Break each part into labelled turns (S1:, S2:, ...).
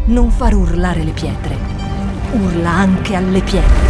S1: non far urlare le pietre, urla anche alle pietre.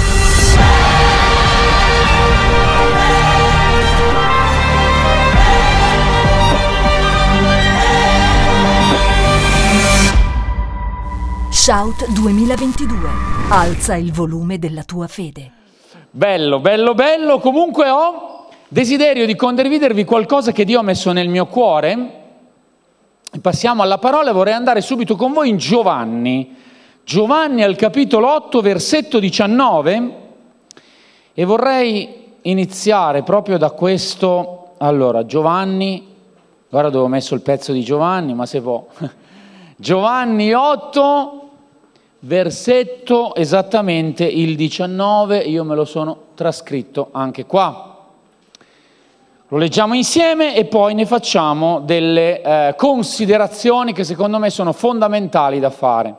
S1: Shout 2022. Alza il volume della tua fede.
S2: Bello, bello, bello. Comunque ho desiderio di condividervi qualcosa che Dio ha messo nel mio cuore. Passiamo alla parola e vorrei andare subito con voi in Giovanni. Giovanni al capitolo 8, versetto 19. E vorrei iniziare proprio da questo. Allora, Giovanni, guarda dove ho messo il pezzo di Giovanni, ma se può. Giovanni 8, versetto esattamente il 19, io me lo sono trascritto anche qua. Lo leggiamo insieme e poi ne facciamo delle considerazioni che secondo me sono fondamentali da fare.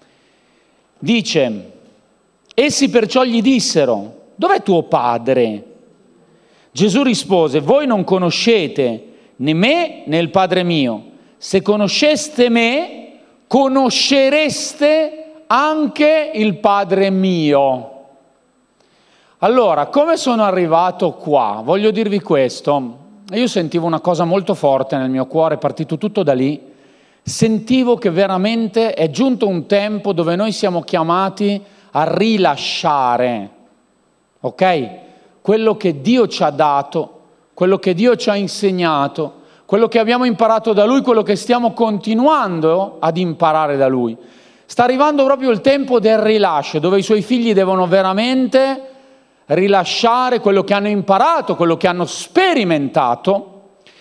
S2: Dice, essi perciò gli dissero, dov'è tuo padre? Gesù rispose, voi non conoscete né me né il Padre mio. Se conosceste me, conoscereste anche il Padre mio. Allora, come sono arrivato qua? Voglio dirvi questo. Io sentivo una cosa molto forte nel mio cuore, è partito tutto da lì. Sentivo che veramente è giunto un tempo dove noi siamo chiamati a rilasciare, ok? Quello che Dio ci ha dato, quello che Dio ci ha insegnato, quello che abbiamo imparato da Lui, quello che stiamo continuando ad imparare da Lui. Sta arrivando proprio il tempo del rilascio, dove i Suoi figli devono veramente rilasciare quello che hanno imparato, quello che hanno sperimentato.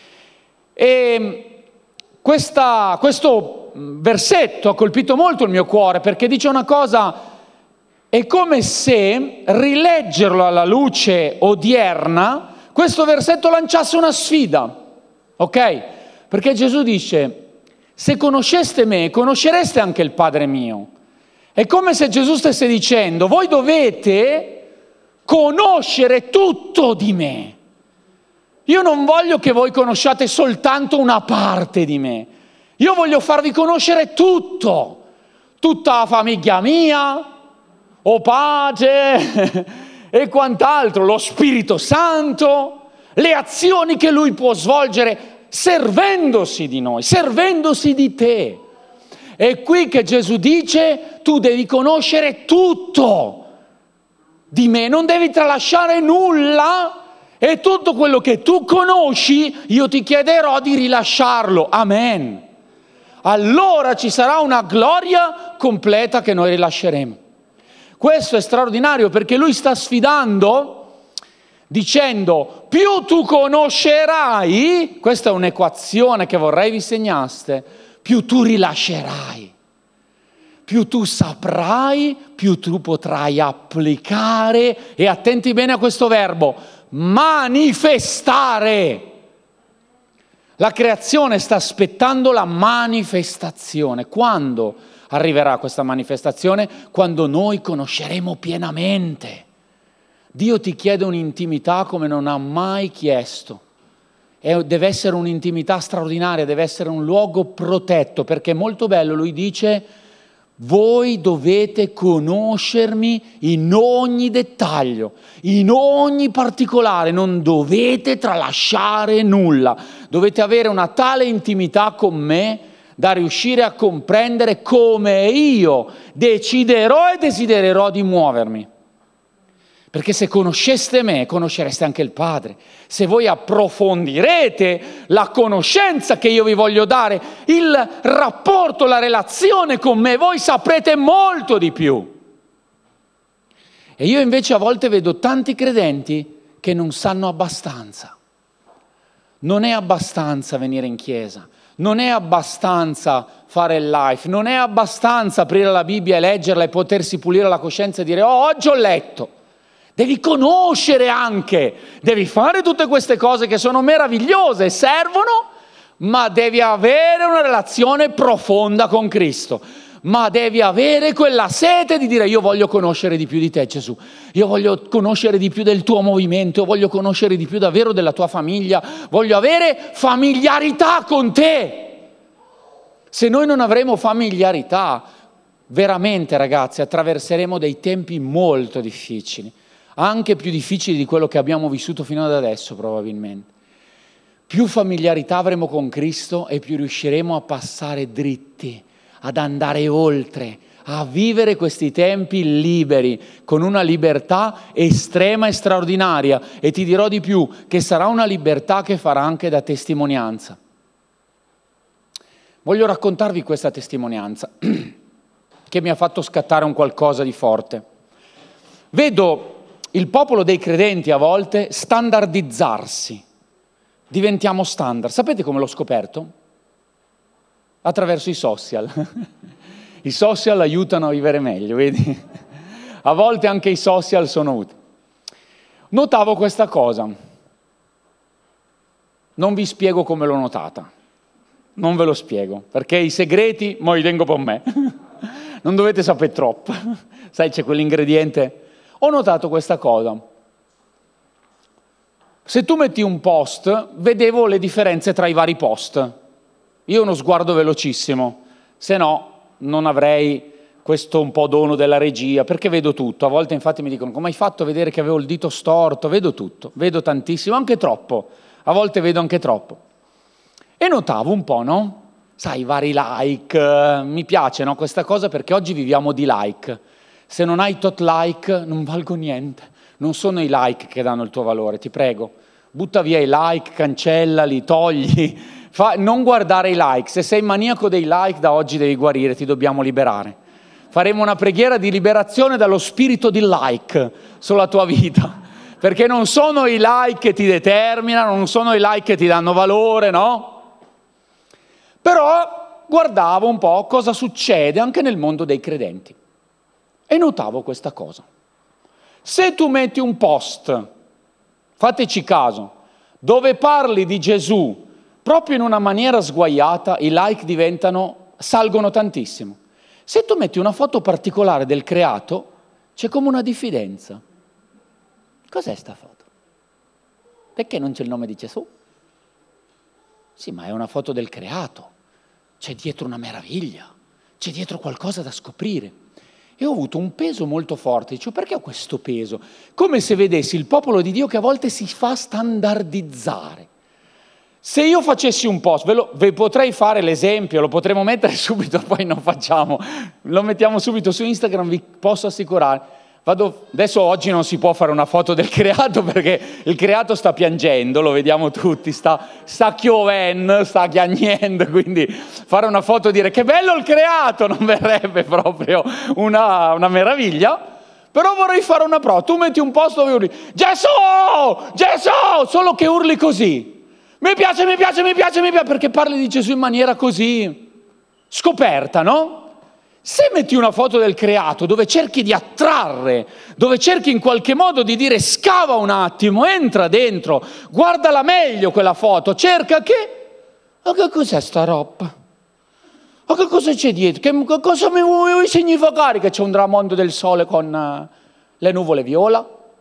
S2: E questo versetto ha colpito molto il mio cuore, perché dice una cosa, è come se rileggerlo alla luce odierna, questo versetto lanciasse una sfida, ok? Perché Gesù dice, se conosceste me, conoscereste anche il Padre mio. È come se Gesù stesse dicendo, voi dovete conoscere tutto di me. Io non voglio che voi conosciate soltanto una parte di me. Io voglio farvi conoscere tutto. Tutta la famiglia mia, o pace e quant'altro, lo Spirito Santo, le azioni che Lui può svolgere servendosi di noi, servendosi di te. È qui che Gesù dice, tu devi conoscere tutto di me, non devi tralasciare nulla e tutto quello che tu conosci io ti chiederò di rilasciarlo. Amen. Allora ci sarà una gloria completa che noi rilasceremo. Questo è straordinario perché Lui sta sfidando dicendo più tu conoscerai, questa è un'equazione che vorrei vi segnaste, più tu rilascerai. Più tu saprai, più tu potrai applicare, e attenti bene a questo verbo, manifestare. La creazione sta aspettando la manifestazione. Quando arriverà questa manifestazione? Quando noi conosceremo pienamente. Dio ti chiede un'intimità come non ha mai chiesto. Deve essere un'intimità straordinaria, deve essere un luogo protetto, perché è molto bello, Lui dice, voi dovete conoscermi in ogni dettaglio, in ogni particolare, non dovete tralasciare nulla, dovete avere una tale intimità con me da riuscire a comprendere come io deciderò e desidererò di muovermi. Perché se conosceste me, conoscereste anche il Padre. Se voi approfondirete la conoscenza che io vi voglio dare, il rapporto, la relazione con me, voi saprete molto di più. E io invece a volte vedo tanti credenti che non sanno abbastanza. Non è abbastanza venire in chiesa, non è abbastanza fare il live, non è abbastanza aprire la Bibbia e leggerla e potersi pulire la coscienza e dire oggi ho letto. Devi conoscere anche, devi fare tutte queste cose che sono meravigliose, servono, ma devi avere una relazione profonda con Cristo. Ma devi avere quella sete di dire io voglio conoscere di più di te Gesù, io voglio conoscere di più del tuo movimento, io voglio conoscere di più davvero della tua famiglia, voglio avere familiarità con te. Se noi non avremo familiarità, veramente ragazzi, attraverseremo dei tempi molto difficili, anche più difficili di quello che abbiamo vissuto fino ad adesso probabilmente. Più familiarità avremo con Cristo e più riusciremo a passare dritti, ad andare oltre, a vivere questi tempi liberi, con una libertà estrema e straordinaria. E ti dirò di più, che sarà una libertà che farà anche da testimonianza. Voglio raccontarvi questa testimonianza che mi ha fatto scattare un qualcosa di forte. Vedo il popolo dei credenti a volte standardizzarsi. Diventiamo standard. Sapete come l'ho scoperto? Attraverso i social. I social aiutano a vivere meglio, vedi? A volte anche i social sono utili. Notavo questa cosa. Non vi spiego come l'ho notata. Non ve lo spiego, perché i segreti mo li tengo per me. Non dovete sapere troppo. Sai, c'è quell'ingrediente. Ho notato questa cosa. Se tu metti un post, vedevo le differenze tra i vari post. Io ho uno sguardo velocissimo, se no non avrei questo un po' dono della regia, perché vedo tutto. A volte infatti mi dicono, come hai fatto a vedere che avevo il dito storto? Vedo tutto, vedo tantissimo, anche troppo. A volte vedo anche troppo. E notavo un po', no? Sai, i vari like, mi piace, no? Questa cosa perché oggi viviamo di like. Se non hai tot like non valgo niente. Non sono i like che danno il tuo valore, ti prego. Butta via i like, cancellali, togli. Non guardare i like. Se sei maniaco dei like, da oggi devi guarire, ti dobbiamo liberare. Faremo una preghiera di liberazione dallo spirito di like sulla tua vita. Perché non sono i like che ti determinano, non sono i like che ti danno valore, no? Però guardavo un po' cosa succede anche nel mondo dei credenti. E notavo questa cosa. Se tu metti un post, fateci caso, dove parli di Gesù proprio in una maniera sguaiata, i like salgono tantissimo. Se tu metti una foto particolare del creato, c'è come una diffidenza. Cos'è sta foto? Perché non c'è il nome di Gesù? Sì, ma è una foto del creato. C'è dietro una meraviglia, c'è dietro qualcosa da scoprire. E ho avuto un peso molto forte. Dicevo, perché ho questo peso? Come se vedessi il popolo di Dio che a volte si fa standardizzare. Se io facessi un post, ve potrei fare l'esempio, lo potremo mettere subito, poi non facciamo, lo mettiamo subito su Instagram, vi posso assicurare. Adesso oggi non si può fare una foto del creato perché il creato sta piangendo, lo vediamo tutti, sta chiovendo, sta chiagnendo, quindi fare una foto e dire che bello il creato non verrebbe proprio una meraviglia, però vorrei fare una prova. Tu metti un post dove urli Gesù, Gesù, solo che urli così, mi piace, perché parli di Gesù in maniera così scoperta, no? Se metti una foto del creato dove cerchi di attrarre, dove cerchi in qualche modo di dire scava un attimo, entra dentro, guardala meglio quella foto, cerca ma che cos'è sta roba? Ma che cosa c'è dietro? Che cosa mi vuoi significare che c'è un tramonto del sole con le nuvole viola?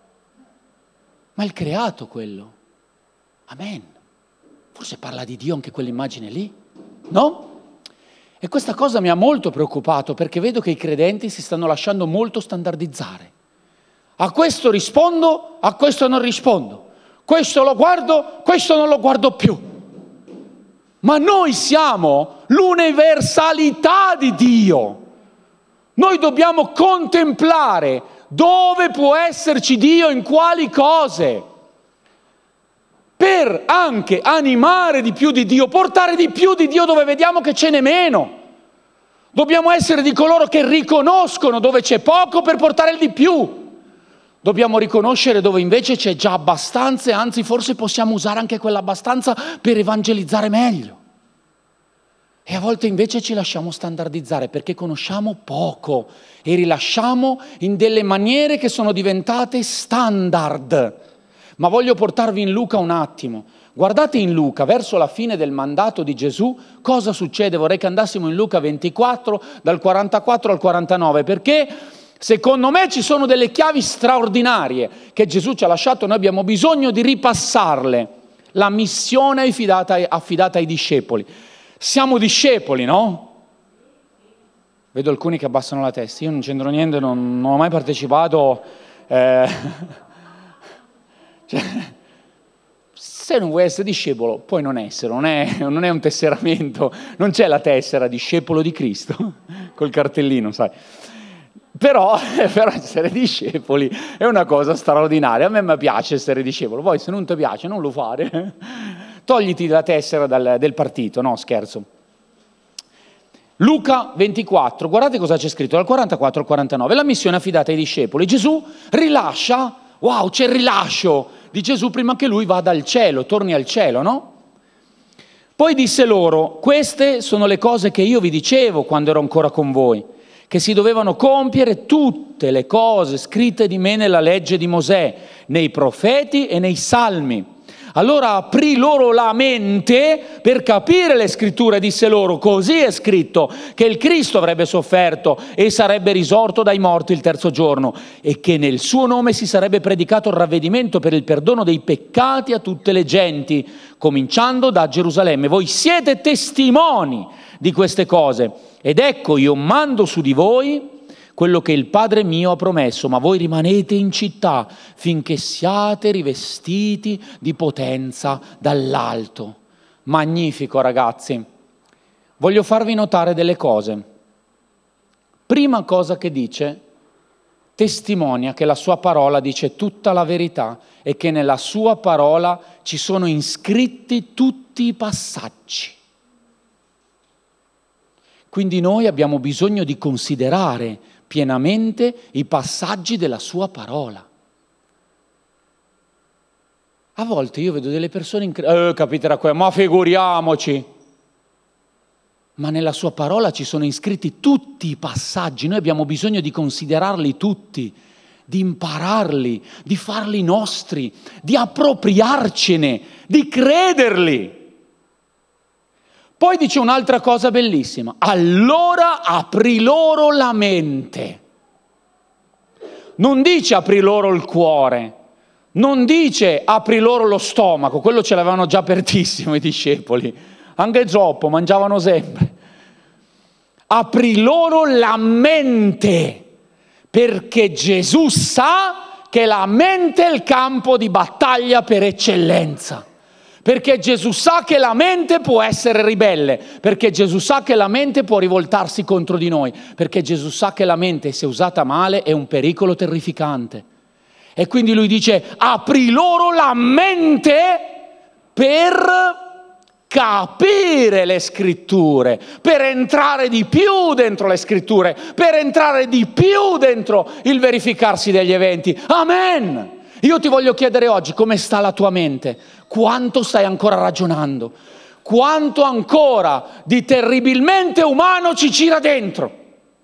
S2: Ma è il creato quello. Amen. Forse parla di Dio anche quell'immagine lì, no? E questa cosa mi ha molto preoccupato perché vedo che i credenti si stanno lasciando molto standardizzare. A questo rispondo, a questo non rispondo. Questo lo guardo, questo non lo guardo più. Ma noi siamo l'universalità di Dio. Noi dobbiamo contemplare dove può esserci Dio, in quali cose, per anche animare di più di Dio, portare di più di Dio dove vediamo che ce n'è meno. Dobbiamo essere di coloro che riconoscono dove c'è poco per portare il di più. Dobbiamo riconoscere dove invece c'è già abbastanza e anzi forse possiamo usare anche quell'abbastanza per evangelizzare meglio. E a volte invece ci lasciamo standardizzare perché conosciamo poco e rilasciamo in delle maniere che sono diventate standard. Ma voglio portarvi in Luca un attimo. Guardate in Luca, verso la fine del mandato di Gesù, cosa succede? Vorrei che andassimo in Luca 24, dal 44 al 49, perché secondo me ci sono delle chiavi straordinarie che Gesù ci ha lasciato, noi abbiamo bisogno di ripassarle. La missione affidata ai discepoli. Siamo discepoli, no? Vedo alcuni che abbassano la testa, io non c'entro niente, non ho mai partecipato. Cioè, se non vuoi essere discepolo, puoi non essere, non è un tesseramento, non c'è la tessera discepolo di Cristo, col cartellino, sai. Però essere discepoli è una cosa straordinaria, a me piace essere discepolo, poi se non ti piace non lo fare, togliti la tessera del partito, no scherzo. Luca 24, guardate cosa c'è scritto, dal 44 al 49, la missione affidata ai discepoli. Gesù rilascia, wow, c'è il rilascio di Gesù prima che lui vada al cielo, torni al cielo, no? Poi disse loro, queste sono le cose che io vi dicevo quando ero ancora con voi, che si dovevano compiere tutte le cose scritte di me nella legge di Mosè, nei profeti e nei salmi. Allora aprì loro la mente per capire le scritture, disse loro, così è scritto che il Cristo avrebbe sofferto e sarebbe risorto dai morti il terzo giorno e che nel suo nome si sarebbe predicato il ravvedimento per il perdono dei peccati a tutte le genti, cominciando da Gerusalemme. Voi siete testimoni di queste cose ed ecco io mando su di voi quello che il Padre mio ha promesso, ma voi rimanete in città finché siate rivestiti di potenza dall'alto. Magnifico, ragazzi. Voglio farvi notare delle cose. Prima cosa che dice, testimonia che la sua parola dice tutta la verità e che nella sua parola ci sono iscritti tutti i passaggi. Quindi noi abbiamo bisogno di considerare pienamente i passaggi della sua parola. A volte io vedo delle persone capiterà qua, ma figuriamoci. Ma nella sua parola ci sono iscritti tutti i passaggi, noi abbiamo bisogno di considerarli tutti, di impararli, di farli nostri, di appropriarcene, di crederli. Poi dice un'altra cosa bellissima, allora aprì loro la mente. Non dice aprì loro il cuore, non dice aprì loro lo stomaco, quello ce l'avevano già apertissimo i discepoli, anche troppo, mangiavano sempre. Aprì loro la mente, perché Gesù sa che la mente è il campo di battaglia per eccellenza. Perché Gesù sa che la mente può essere ribelle, perché Gesù sa che la mente può rivoltarsi contro di noi, perché Gesù sa che la mente, se usata male, è un pericolo terrificante. E quindi lui dice, apri loro la mente per capire le scritture, per entrare di più dentro le scritture, per entrare di più dentro il verificarsi degli eventi. Amen! Io ti voglio chiedere oggi come sta la tua mente, quanto stai ancora ragionando, quanto ancora di terribilmente umano ci gira dentro.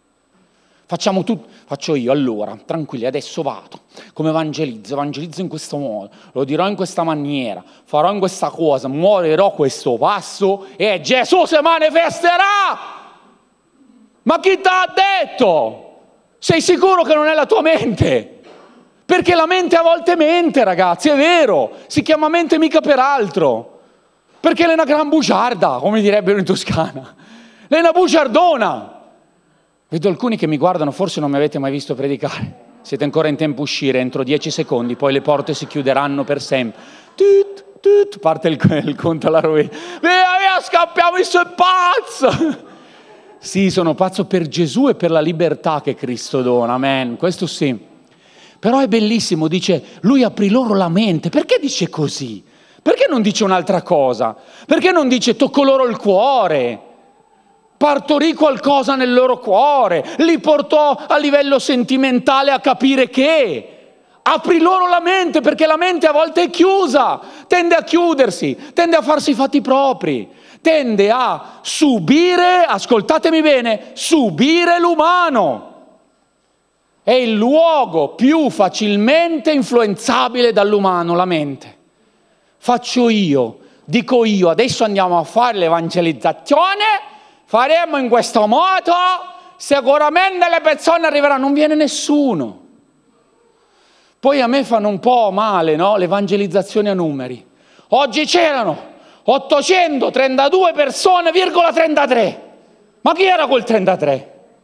S2: Faccio io, allora, tranquilli, adesso vado, come evangelizzo in questo modo, lo dirò in questa maniera, farò in questa cosa, muoverò questo passo e Gesù si manifesterà. Ma chi ti ha detto? Sei sicuro che non è la tua mente? Perché la mente a volte mente, ragazzi, è vero, si chiama mente mica per altro, perché è una gran bugiarda, come direbbero in Toscana, è una bugiardona. Vedo alcuni che mi guardano, forse non mi avete mai visto predicare, siete ancora in tempo a uscire, entro 10 secondi, poi le porte si chiuderanno per sempre. Parte il conto alla rovescia, via, scappiamo, il suo pazzo! Sì, sono pazzo per Gesù e per la libertà che Cristo dona, amen, questo sì. Però è bellissimo, dice, lui aprì loro la mente. Perché dice così? Perché non dice un'altra cosa? Perché non dice toccò loro il cuore? Partorì qualcosa nel loro cuore? Li portò a livello sentimentale a capire che? Aprì loro la mente, perché la mente a volte è chiusa, tende a chiudersi, tende a farsi i fatti propri, tende a subire, ascoltatemi bene, subire l'umano. È il luogo più facilmente influenzabile dall'umano, la mente. Faccio io, dico io, adesso andiamo a fare l'evangelizzazione, faremo in questo modo, sicuramente le persone arriveranno, non viene nessuno. Poi a me fanno un po' male, no? L'evangelizzazione a numeri. Oggi c'erano 832 persone, 33. Ma chi era quel 33?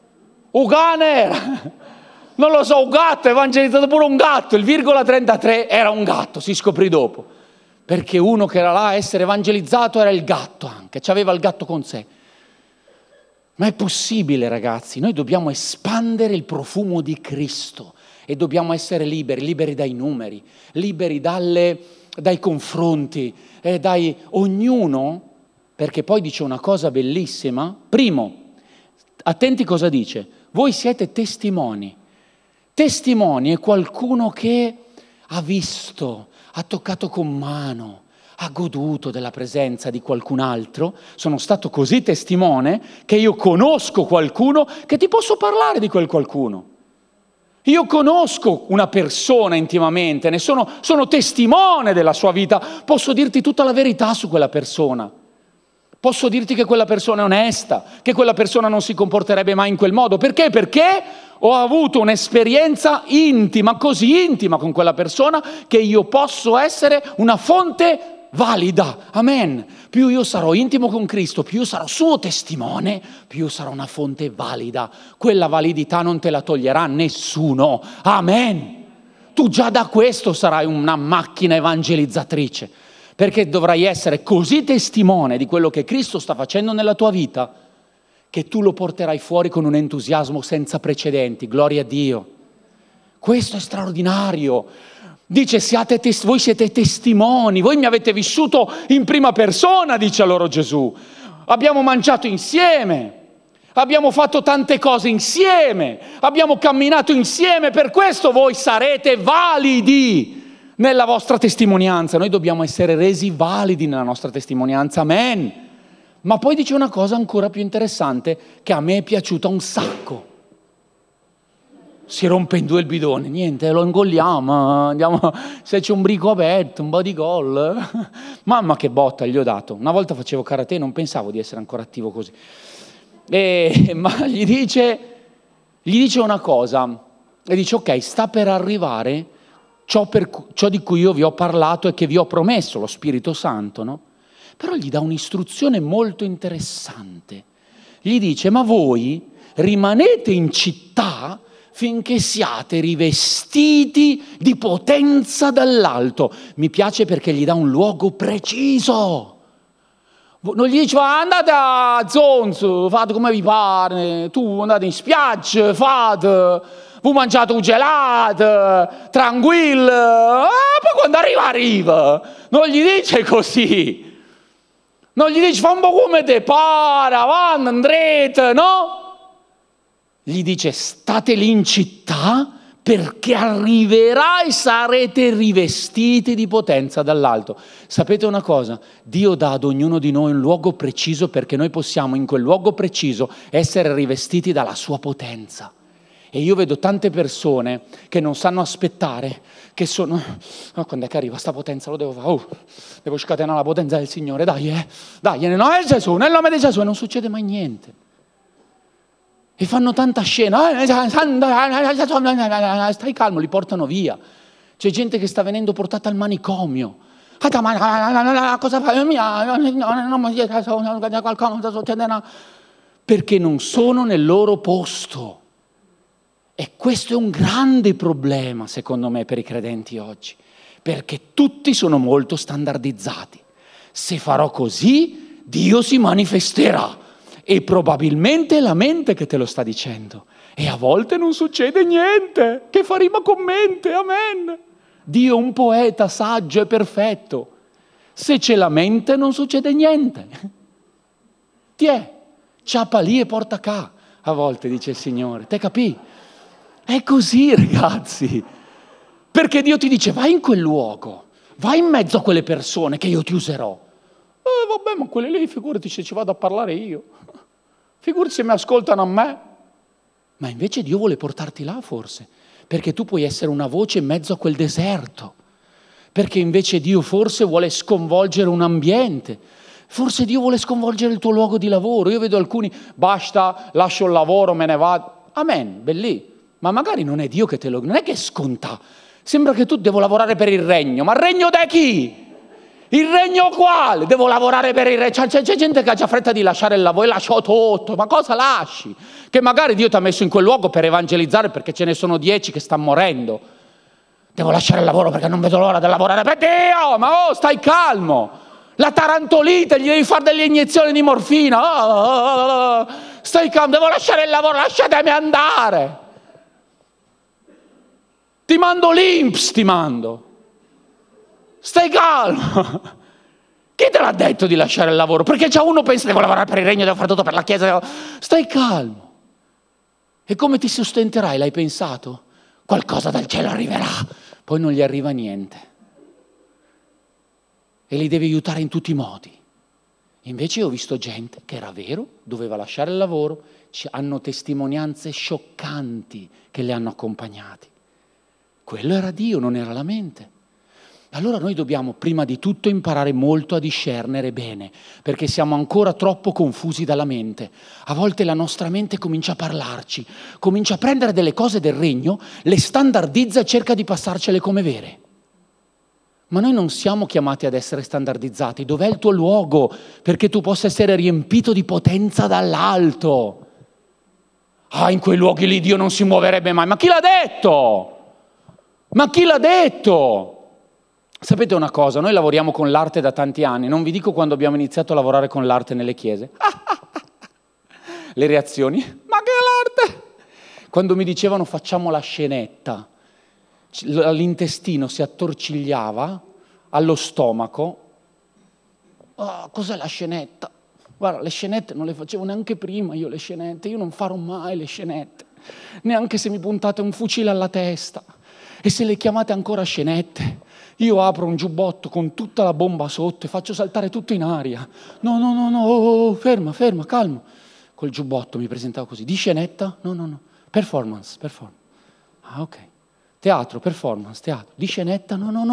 S2: un cane era, non lo so, un gatto, evangelizzato pure un gatto, il virgola 33 era un gatto, si scoprì dopo, perché uno che era là a essere evangelizzato era il gatto anche, c'aveva il gatto con sé. Ma è possibile, ragazzi, noi dobbiamo espandere il profumo di Cristo e dobbiamo essere liberi, liberi dai numeri, liberi dai confronti, ognuno, perché poi dice una cosa bellissima. Primo, attenti cosa dice, voi siete testimoni. Testimoni è qualcuno che ha visto, ha toccato con mano, ha goduto della presenza di qualcun altro. Sono stato così testimone che io conosco qualcuno che ti posso parlare di quel qualcuno. Io conosco una persona intimamente, sono testimone della sua vita, posso dirti tutta la verità su quella persona. Posso dirti che quella persona è onesta, che quella persona non si comporterebbe mai in quel modo. Perché? Perché ho avuto un'esperienza intima, così intima con quella persona, che io posso essere una fonte valida. Amen. Più io sarò intimo con Cristo, più io sarò suo testimone, più io sarò una fonte valida. Quella validità non te la toglierà nessuno. Amen. Tu già da questo sarai una macchina evangelizzatrice, perché dovrai essere così testimone di quello che Cristo sta facendo nella tua vita, che tu lo porterai fuori con un entusiasmo senza precedenti. Gloria a Dio. Questo è straordinario. Dice, voi siete testimoni, voi mi avete vissuto in prima persona, dice loro Gesù. Abbiamo mangiato insieme, abbiamo fatto tante cose insieme, abbiamo camminato insieme, per questo voi sarete validi nella vostra testimonianza. Noi dobbiamo essere resi validi nella nostra testimonianza, amen. Ma poi dice una cosa ancora più interessante, che a me è piaciuta un sacco. Si rompe in due il bidone, niente, lo ingolliamo, andiamo, se c'è un brico aperto, un po' di gol. Mamma che botta gli ho dato. Una volta facevo karate, non pensavo di essere ancora attivo così. Ma gli dice una cosa, e dice, ok, sta per arrivare ciò di cui io vi ho parlato e che vi ho promesso, lo Spirito Santo, no? Però gli dà un'istruzione molto interessante. Gli dice, ma voi rimanete in città finché siate rivestiti di potenza dall'alto. Mi piace perché gli dà un luogo preciso. Non gli dice, andate a Zonzo, fate come vi pare, tu andate in spiaggia, fate, voi mangiate un gelato, tranquillo, poi quando arriva. Non gli dice così. Non gli dice, fa un po' come te pare, avanti, andrete, no? Gli dice, state lì in città perché arriverà e sarete rivestiti di potenza dall'alto. Sapete una cosa? Dio dà ad ognuno di noi un luogo preciso perché noi possiamo in quel luogo preciso essere rivestiti dalla sua potenza. E io vedo tante persone che non sanno aspettare, che sono, quando è che arriva sta potenza, lo devo fare, devo scatenare la potenza del Signore, dai, nel nome di Gesù, nel nome di Gesù, e non succede mai niente. E fanno tanta scena, stai calmo, li portano via. C'è gente che sta venendo portata al manicomio. Cosa fai? Perché non sono nel loro posto. E questo è un grande problema, secondo me, per i credenti oggi, perché tutti sono molto standardizzati. Se farò così, Dio si manifesterà. E probabilmente è la mente che te lo sta dicendo. E a volte non succede niente, che fa rima con mente, amen. Dio è un poeta saggio e perfetto. Se c'è la mente non succede niente. Tiè, ciapa lì e porta qua, a volte dice il Signore. Te capì? È così, ragazzi. Perché Dio ti dice, vai in quel luogo, vai in mezzo a quelle persone che io ti userò. Vabbè, ma quelle lì, figurati se ci vado a parlare io. Figurati se mi ascoltano a me. Ma invece Dio vuole portarti là forse, perché tu puoi essere una voce in mezzo a quel deserto. Perché invece Dio forse vuole sconvolgere un ambiente. Forse Dio vuole sconvolgere il tuo luogo di lavoro. Io vedo alcuni, basta, lascio il lavoro, me ne vado. Amen, bellì. Ma magari non è Dio che te lo... Non è che sconta. Sembra che tu devo lavorare per il regno. Ma il regno da chi? Il regno quale? Devo lavorare per il regno. C'è gente che ha già fretta di lasciare il lavoro e lascio tutto. Ma cosa lasci? Che magari Dio ti ha messo in quel luogo per evangelizzare perché ce ne sono 10 che stanno morendo. Devo lasciare il lavoro perché non vedo l'ora di lavorare per Dio. Ma stai calmo. La tarantolite, gli devi fare delle iniezioni di morfina. Stai calmo, devo lasciare il lavoro, lasciatemi andare. Ti mando l'INPS, ti mando. Stai calmo. Chi te l'ha detto di lasciare il lavoro? Perché già uno pensa devo lavorare per il regno, devo fare tutto per la chiesa. Stai calmo. E come ti sostenterai? L'hai pensato? Qualcosa dal cielo arriverà. Poi non gli arriva niente. E li devi aiutare in tutti i modi. Invece io ho visto gente che era vero, doveva lasciare il lavoro, hanno testimonianze scioccanti che le hanno accompagnati. Quello era Dio, non era la mente. Allora noi dobbiamo prima di tutto imparare molto a discernere bene, perché siamo ancora troppo confusi dalla mente. A volte la nostra mente comincia a parlarci, comincia a prendere delle cose del regno, le standardizza e cerca di passarcele come vere. Ma noi non siamo chiamati ad essere standardizzati. Dov'è il tuo luogo perché tu possa essere riempito di potenza dall'alto? In quei luoghi lì Dio non si muoverebbe mai. Ma chi l'ha detto? Ma chi l'ha detto? Sapete una cosa, noi lavoriamo con l'arte da tanti anni, non vi dico quando abbiamo iniziato a lavorare con l'arte nelle chiese. Le reazioni, ma che l'arte? Quando mi dicevano facciamo la scenetta, l'intestino si attorcigliava allo stomaco. Cos'è la scenetta? Guarda, le scenette non le facevo neanche prima io le scenette, io non farò mai le scenette, neanche se mi puntate un fucile alla testa. E se le chiamate ancora scenette, io apro un giubbotto con tutta la bomba sotto e faccio saltare tutto in aria. No, ferma, calmo. Col giubbotto mi presentavo così. Di scenetta? No. Performance. Ok. Teatro, performance, teatro. Di scenetta?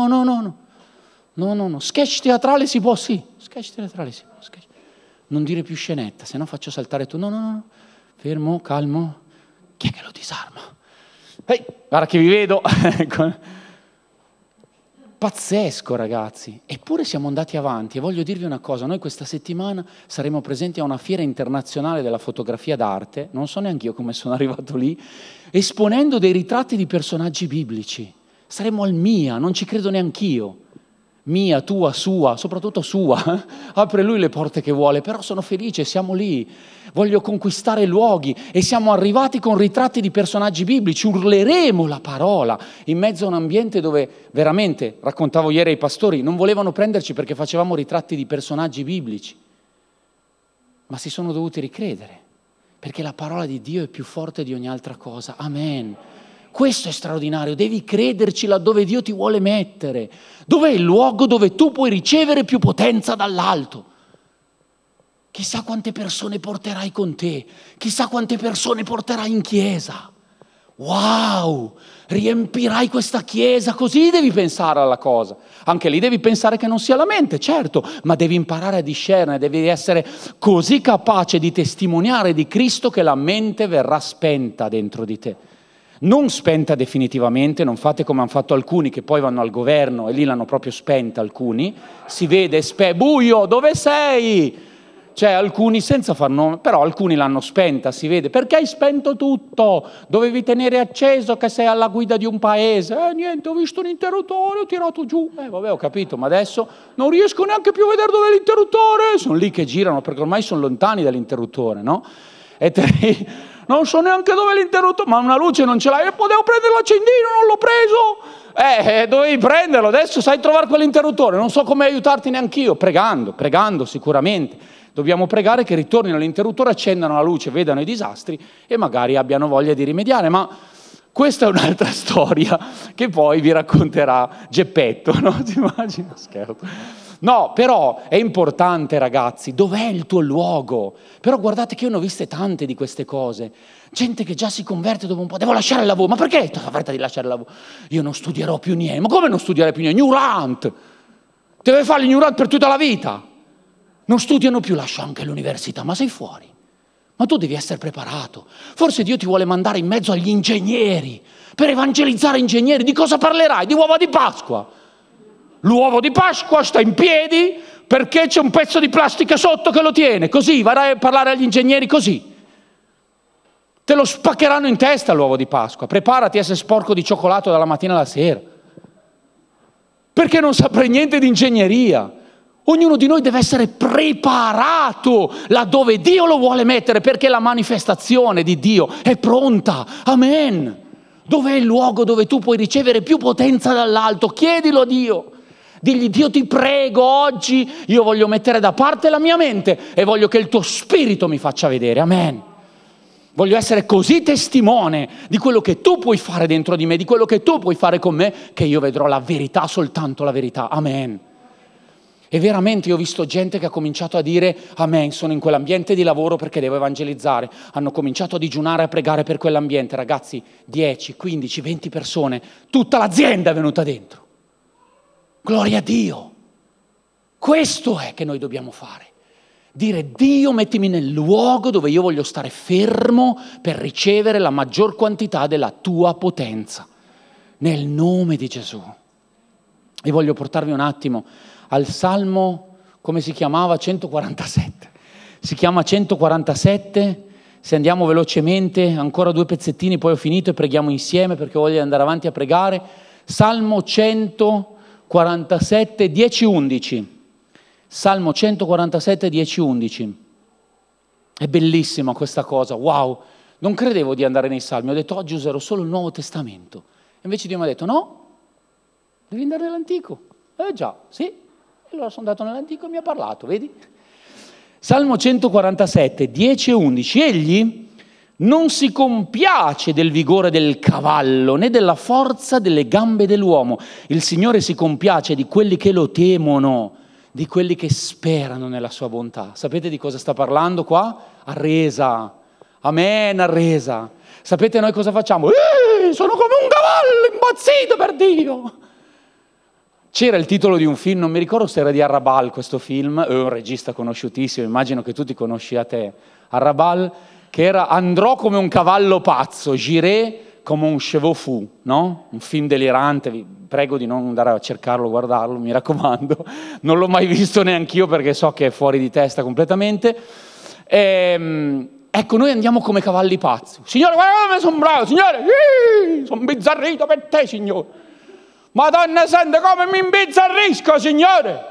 S2: No. Sketch teatrale si può? Sì. Sketch teatrale si può. Sketch. Non dire più scenetta, se no faccio saltare tu. No. Fermo, calmo. Chi è che lo disarma? Guarda che vi vedo. Pazzesco, ragazzi. Eppure siamo andati avanti. E voglio dirvi una cosa, noi questa settimana saremo presenti a una fiera internazionale della fotografia d'arte, non so neanche io come sono arrivato lì, esponendo dei ritratti di personaggi biblici. Saremo al MIA, non ci credo neanch'io. Mia, tua, sua, soprattutto sua. Apre lui le porte che vuole, però sono felice, siamo lì. Voglio conquistare luoghi e siamo arrivati con ritratti di personaggi biblici, urleremo la parola in mezzo a un ambiente dove veramente, raccontavo ieri ai pastori, non volevano prenderci perché facevamo ritratti di personaggi biblici, ma si sono dovuti ricredere, perché la parola di Dio è più forte di ogni altra cosa. Amen. Questo è straordinario, devi crederci laddove Dio ti vuole mettere. Dov'è il luogo dove tu puoi ricevere più potenza dall'alto? Chissà quante persone porterai con te, chissà quante persone porterai in chiesa. Wow, riempirai questa chiesa, così devi pensare alla cosa. Anche lì devi pensare che non sia la mente, certo, ma devi imparare a discernere, devi essere così capace di testimoniare di Cristo che la mente verrà spenta dentro di te. Non spenta definitivamente, non fate come hanno fatto alcuni che poi vanno al governo e lì l'hanno proprio spenta alcuni, si vede, buio, dove sei? Cioè alcuni senza far nome, però alcuni l'hanno spenta, si vede, perché hai spento tutto? Dovevi tenere acceso che sei alla guida di un paese, niente, ho visto un interruttore, ho tirato giù, vabbè ho capito, ma adesso non riesco neanche più a vedere dov'è l'interruttore, sono lì che girano perché ormai sono lontani dall'interruttore, no? Non so neanche dove è l'interruttore, ma una luce non ce l'hai, potevo prendere l'accendino, non l'ho preso, dovevi prenderlo, adesso sai trovare quell'interruttore, non so come aiutarti neanch'io, pregando sicuramente, dobbiamo pregare che ritornino all'interruttore, accendano la luce, vedano i disastri e magari abbiano voglia di rimediare, ma questa è un'altra storia che poi vi racconterà Geppetto, no? Ti immagini? Scherzo. No, però è importante, ragazzi, dov'è il tuo luogo? Però guardate che io ne ho viste tante di queste cose. Gente che già si converte dopo un po', devo lasciare il lavoro. Ma perché hai fretta di lasciare il lavoro? Io non studierò più niente. Ma come non studierai più niente? Ignorant! Deve fare l'ignorant per tutta la vita. Non studiano più, lascio anche l'università, ma sei fuori. Ma tu devi essere preparato. Forse Dio ti vuole mandare in mezzo agli ingegneri, per evangelizzare ingegneri. Di cosa parlerai? Di uova di Pasqua. L'uovo di Pasqua sta in piedi perché c'è un pezzo di plastica sotto che lo tiene. Così, vai a parlare agli ingegneri così. Te lo spaccheranno in testa l'uovo di Pasqua. Preparati a essere sporco di cioccolato dalla mattina alla sera. Perché non saprai niente di ingegneria. Ognuno di noi deve essere preparato laddove Dio lo vuole mettere, perché la manifestazione di Dio è pronta. Amen. Dov'è il luogo dove tu puoi ricevere più potenza dall'alto? Chiedilo a Dio. Digli: Dio, ti prego, oggi io voglio mettere da parte la mia mente e voglio che il tuo spirito mi faccia vedere. Amen. Voglio essere così testimone di quello che tu puoi fare dentro di me, di quello che tu puoi fare con me, che io vedrò la verità, soltanto la verità. Amen. E veramente io ho visto gente che ha cominciato a dire: amen, sono in quell'ambiente di lavoro perché devo evangelizzare. Hanno cominciato a digiunare e a pregare per quell'ambiente. Ragazzi, 10, 15, 20 persone, tutta l'azienda è venuta dentro. Gloria a Dio. Questo è che noi dobbiamo fare. Dire: Dio, mettimi nel luogo dove io voglio stare fermo per ricevere la maggior quantità della tua potenza. Nel nome di Gesù. E voglio portarvi un attimo al Salmo, come si chiamava? 147. Si chiama 147. Se andiamo velocemente, ancora 2 pezzettini, poi ho finito e preghiamo insieme perché voglio andare avanti a pregare. Salmo 147, 10-11. Salmo 147, 10-11. È bellissima questa cosa, wow! Non credevo di andare nei Salmi, ho detto oggi userò solo il Nuovo Testamento. Invece Dio mi ha detto: no, devi andare nell'Antico. Già, sì. E allora sono andato nell'Antico e mi ha parlato, vedi? Salmo 147, 10-11. Egli non si compiace del vigore del cavallo, né della forza delle gambe dell'uomo. Il Signore si compiace di quelli che lo temono, di quelli che sperano nella sua bontà. Sapete di cosa sta parlando qua? Arresa. Amen, arresa. Sapete noi cosa facciamo? Sono come un cavallo impazzito per Dio. C'era il titolo di un film, non mi ricordo se era di Arrabal questo film, un regista conosciutissimo, immagino che tutti conosciate Arrabal, che era Andrò come un cavallo pazzo, Giré come un chevaux fou, no? Un film delirante, vi prego di non andare a cercarlo, guardarlo, mi raccomando. Non l'ho mai visto neanch'io perché so che è fuori di testa completamente. Ecco, noi andiamo come cavalli pazzi. Signore, guarda come sono bravo, Signore, sono bizzarrito per te, Signore. Madonna santa, come mi imbizzarrisco, Signore.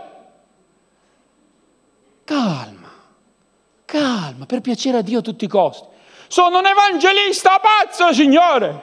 S2: Calma, calma, per piacere a Dio a tutti i costi. Sono un evangelista pazzo, Signore.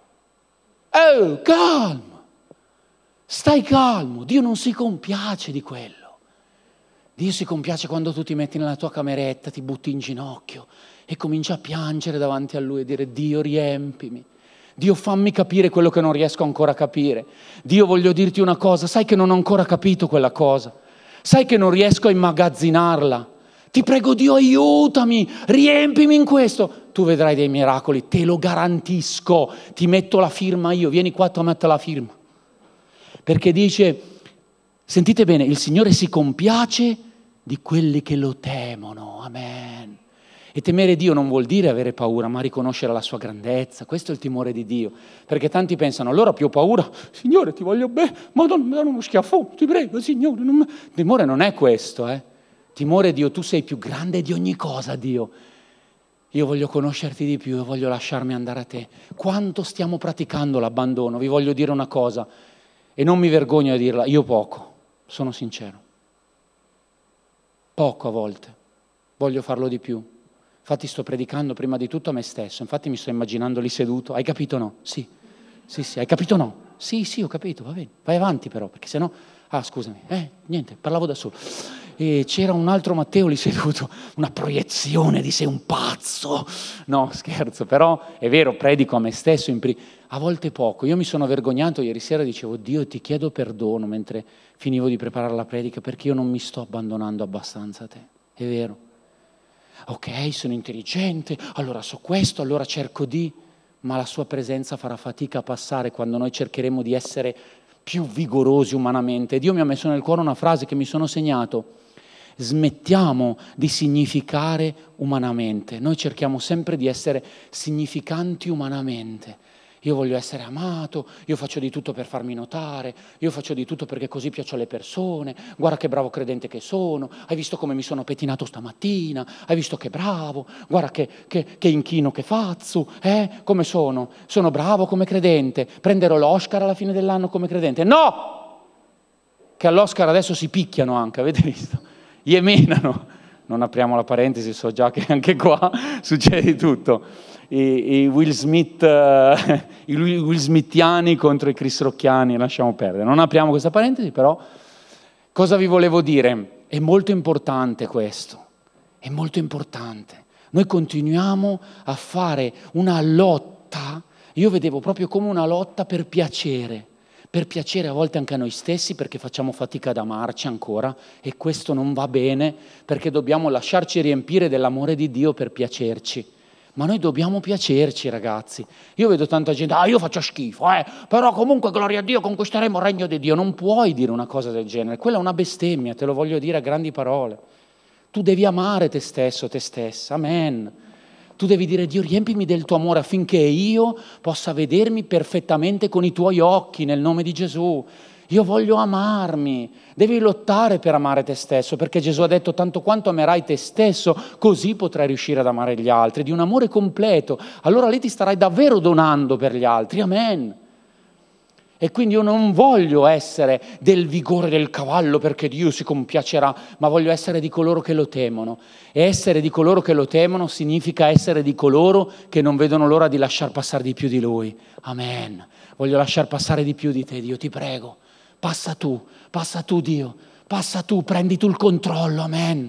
S2: Calma, stai calmo, Dio non si compiace di quello. Dio si compiace quando tu ti metti nella tua cameretta, ti butti in ginocchio e cominci a piangere davanti a Lui e dire: Dio, riempimi. Dio, fammi capire quello che non riesco ancora a capire. Dio, voglio dirti una cosa, sai che non ho ancora capito quella cosa. Sai che non riesco a immagazzinarla. Ti prego, Dio, aiutami, riempimi in questo. Tu vedrai dei miracoli, te lo garantisco. Ti metto la firma io, vieni qua, tu metti la firma. Perché dice, sentite bene, il Signore si compiace di quelli che lo temono. Amen. E temere Dio non vuol dire avere paura, ma riconoscere la sua grandezza. Questo è il timore di Dio. Perché tanti pensano: allora più paura, Signore ti voglio bene, ma non mi danno uno schiaffo, ti prego, Signore. Timore non è questo, Timore, Dio, tu sei più grande di ogni cosa, Dio. Io voglio conoscerti di più e voglio lasciarmi andare a te. Quanto stiamo praticando l'abbandono? Vi voglio dire una cosa, e non mi vergogno a dirla, io poco, sono sincero. Poco a volte, voglio farlo di più. Infatti sto predicando prima di tutto a me stesso, infatti mi sto immaginando lì seduto. Hai capito no? Sì, hai capito no? Sì, ho capito, va bene. Vai avanti però, perché sennò... scusami, niente, parlavo da solo. E c'era un altro Matteo lì seduto, una proiezione di sei un pazzo. No, scherzo, però è vero, predico a me stesso, a volte poco. Io mi sono vergognato, ieri sera dicevo: Dio, ti chiedo perdono mentre finivo di preparare la predica, perché io non mi sto abbandonando abbastanza a te. È vero. Ok, sono intelligente, allora so questo, allora cerco di... Ma la sua presenza farà fatica a passare quando noi cercheremo di essere più vigorosi umanamente. Dio mi ha messo nel cuore una frase che mi sono segnato: smettiamo di significare umanamente. Noi cerchiamo sempre di essere significanti umanamente. io voglio essere amato, io faccio di tutto per farmi notare, io faccio di tutto perché così piaccio alle persone, guarda che bravo credente che sono, hai visto come mi sono pettinato stamattina, hai visto che bravo, guarda che inchino che faccio, come sono? Sono bravo come credente, prenderò l'Oscar alla fine dell'anno come credente. No! Che all'Oscar adesso si picchiano anche, avete visto? Gli menano. Non apriamo la parentesi, so già che anche qua succede di tutto. I Will Smith, i Will Smithiani contro i Chris Rocchiani, lasciamo perdere. Non apriamo questa parentesi, però cosa vi volevo dire? È molto importante questo, è molto importante. Noi continuiamo a fare una lotta, io vedevo proprio come una lotta per piacere a volte anche a noi stessi, perché facciamo fatica ad amarci ancora, e questo non va bene, perché dobbiamo lasciarci riempire dell'amore di Dio per piacerci. Ma noi dobbiamo piacerci, ragazzi. Io vedo tanta gente, io faccio schifo, però comunque gloria a Dio, conquisteremo il regno di Dio. Non puoi dire una cosa del genere, quella è una bestemmia, te lo voglio dire a grandi parole. Tu devi amare te stesso, te stessa, amen. Tu devi dire, Dio, riempimi del tuo amore affinché io possa vedermi perfettamente con i tuoi occhi, nel nome di Gesù. Io voglio amarmi. Devi lottare per amare te stesso, perché Gesù ha detto, tanto quanto amerai te stesso, così potrai riuscire ad amare gli altri, di un amore completo. Allora lì ti starai davvero donando per gli altri, amen. E quindi io non voglio essere del vigore del cavallo perché Dio si compiacerà, ma voglio essere di coloro che lo temono. E essere di coloro che lo temono significa essere di coloro che non vedono l'ora di lasciar passare di più di Lui. Amen. Voglio lasciar passare di più di te, Dio, ti prego. Passa tu Dio, passa tu, prendi tu il controllo, amen.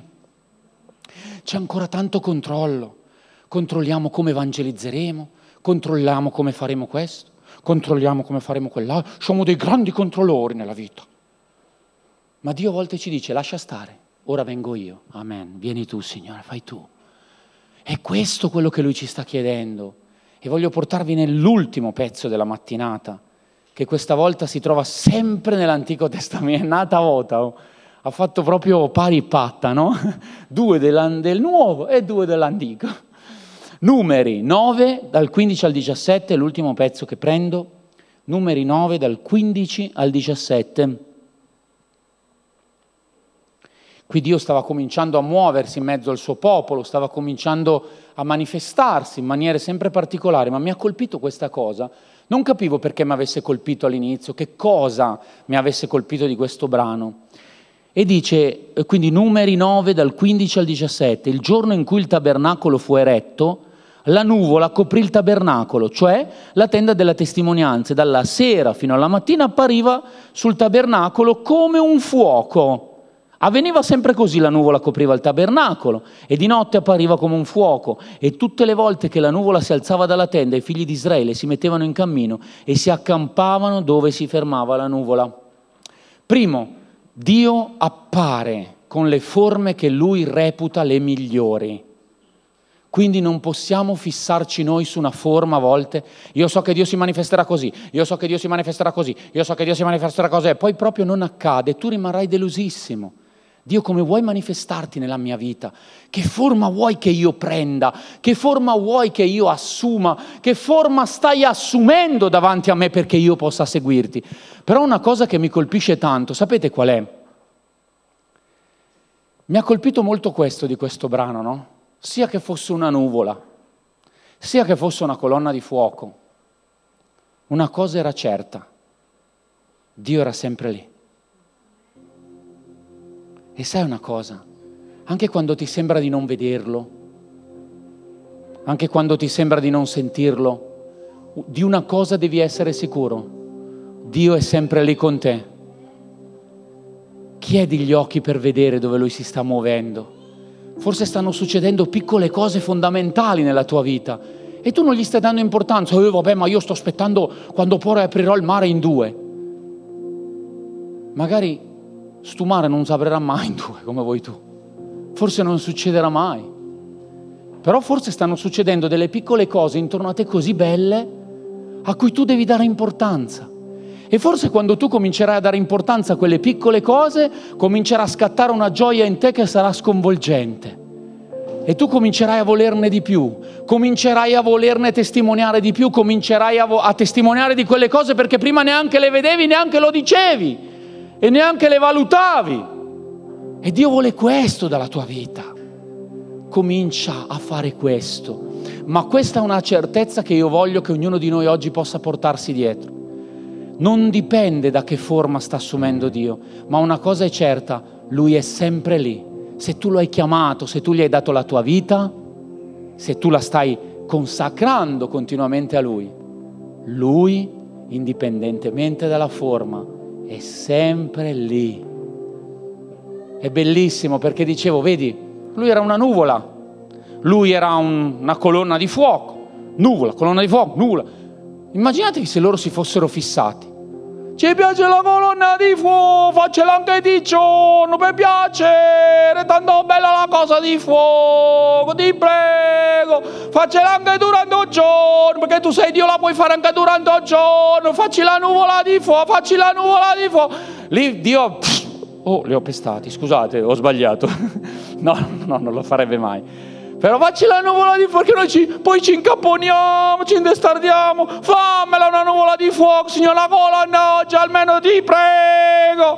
S2: C'è ancora tanto controllo. Controlliamo come evangelizzeremo, controlliamo come faremo questo. Controlliamo come faremo quell'altro, siamo dei grandi controllori nella vita. Ma Dio a volte ci dice, lascia stare, ora vengo io, amen, vieni tu Signore, fai tu. È questo quello che Lui ci sta chiedendo. E voglio portarvi nell'ultimo pezzo della mattinata, che questa volta si trova sempre nell'Antico Testamento, è nata volta, ha fatto proprio pari patta, no? 2 del Nuovo e 2 dell'Antico. Numeri 9, dal 15 al 17, l'ultimo pezzo che prendo, Numeri 9, dal 15 al 17. Qui Dio stava cominciando a muoversi in mezzo al suo popolo, stava cominciando a manifestarsi in maniere sempre particolari, ma mi ha colpito questa cosa. Non capivo perché mi avesse colpito all'inizio, che cosa mi avesse colpito di questo brano. E dice, quindi Numeri 9, dal 15 al 17, il giorno in cui il tabernacolo fu eretto, la nuvola coprì il tabernacolo, cioè la tenda della testimonianza, e dalla sera fino alla mattina appariva sul tabernacolo come un fuoco. Avveniva sempre così, la nuvola copriva il tabernacolo e di notte appariva come un fuoco, e tutte le volte che la nuvola si alzava dalla tenda i figli di Israele si mettevano in cammino e si accampavano dove si fermava la nuvola. Primo, Dio appare con le forme che Lui reputa le migliori. Quindi non possiamo fissarci noi su una forma a volte. Io so che Dio si manifesterà così, io so che Dio si manifesterà così, io so che Dio si manifesterà così, e poi proprio non accade, tu rimarrai delusissimo. Dio, come vuoi manifestarti nella mia vita? Che forma vuoi che io prenda? Che forma vuoi che io assuma? Che forma stai assumendo davanti a me perché io possa seguirti? Però una cosa che mi colpisce tanto, sapete qual è? Mi ha colpito molto questo di questo brano, no? Sia che fosse una nuvola, sia che fosse una colonna di fuoco, una cosa era certa, Dio era sempre lì. E sai una cosa? Anche quando ti sembra di non vederlo, anche quando ti sembra di non sentirlo, di una cosa devi essere sicuro, Dio è sempre lì con te. Chiedi gli occhi per vedere dove Lui si sta muovendo. Forse stanno succedendo piccole cose fondamentali nella tua vita e tu non gli stai dando importanza. Vabbè, ma io sto aspettando quando poi aprirò il mare in 2. Magari sto mare non si aprirà mai in 2 come vuoi tu. Forse non succederà mai. Però forse stanno succedendo delle piccole cose intorno a te così belle a cui tu devi dare importanza. E forse quando tu comincerai a dare importanza a quelle piccole cose, comincerà a scattare una gioia in te che sarà sconvolgente. E tu comincerai a volerne di più, comincerai a volerne testimoniare di più, comincerai a testimoniare di quelle cose perché prima neanche le vedevi, neanche lo dicevi e neanche le valutavi. E Dio vuole questo dalla tua vita. Comincia a fare questo. Ma questa è una certezza che io voglio che ognuno di noi oggi possa portarsi dietro. Non dipende da che forma sta assumendo Dio, ma una cosa è certa, Lui è sempre lì. Se tu lo hai chiamato, se tu gli hai dato la tua vita, se tu la stai consacrando continuamente a Lui, Lui, indipendentemente dalla forma, è sempre lì. È bellissimo perché dicevo, vedi, Lui era una nuvola, Lui era una colonna di fuoco, nuvola, colonna di fuoco, nuvola. Immaginatevi se loro si fossero fissati. Ci piace la colonna di fuoco, faccela anche di giorno, per piacere, tanto bella la cosa di fuoco, ti prego, faccela anche durante il giorno, perché tu sei Dio, la puoi fare anche durante il giorno, facci la nuvola di fuoco, facci la nuvola di fuoco. Lì Dio, li ho pestati, scusate, ho sbagliato, no, non lo farebbe mai. Però facci la nuvola di fuoco, perché noi poi ci incapponiamo, ci indestardiamo. Fammela una nuvola di fuoco, Signore, la colonna oggi almeno, ti prego.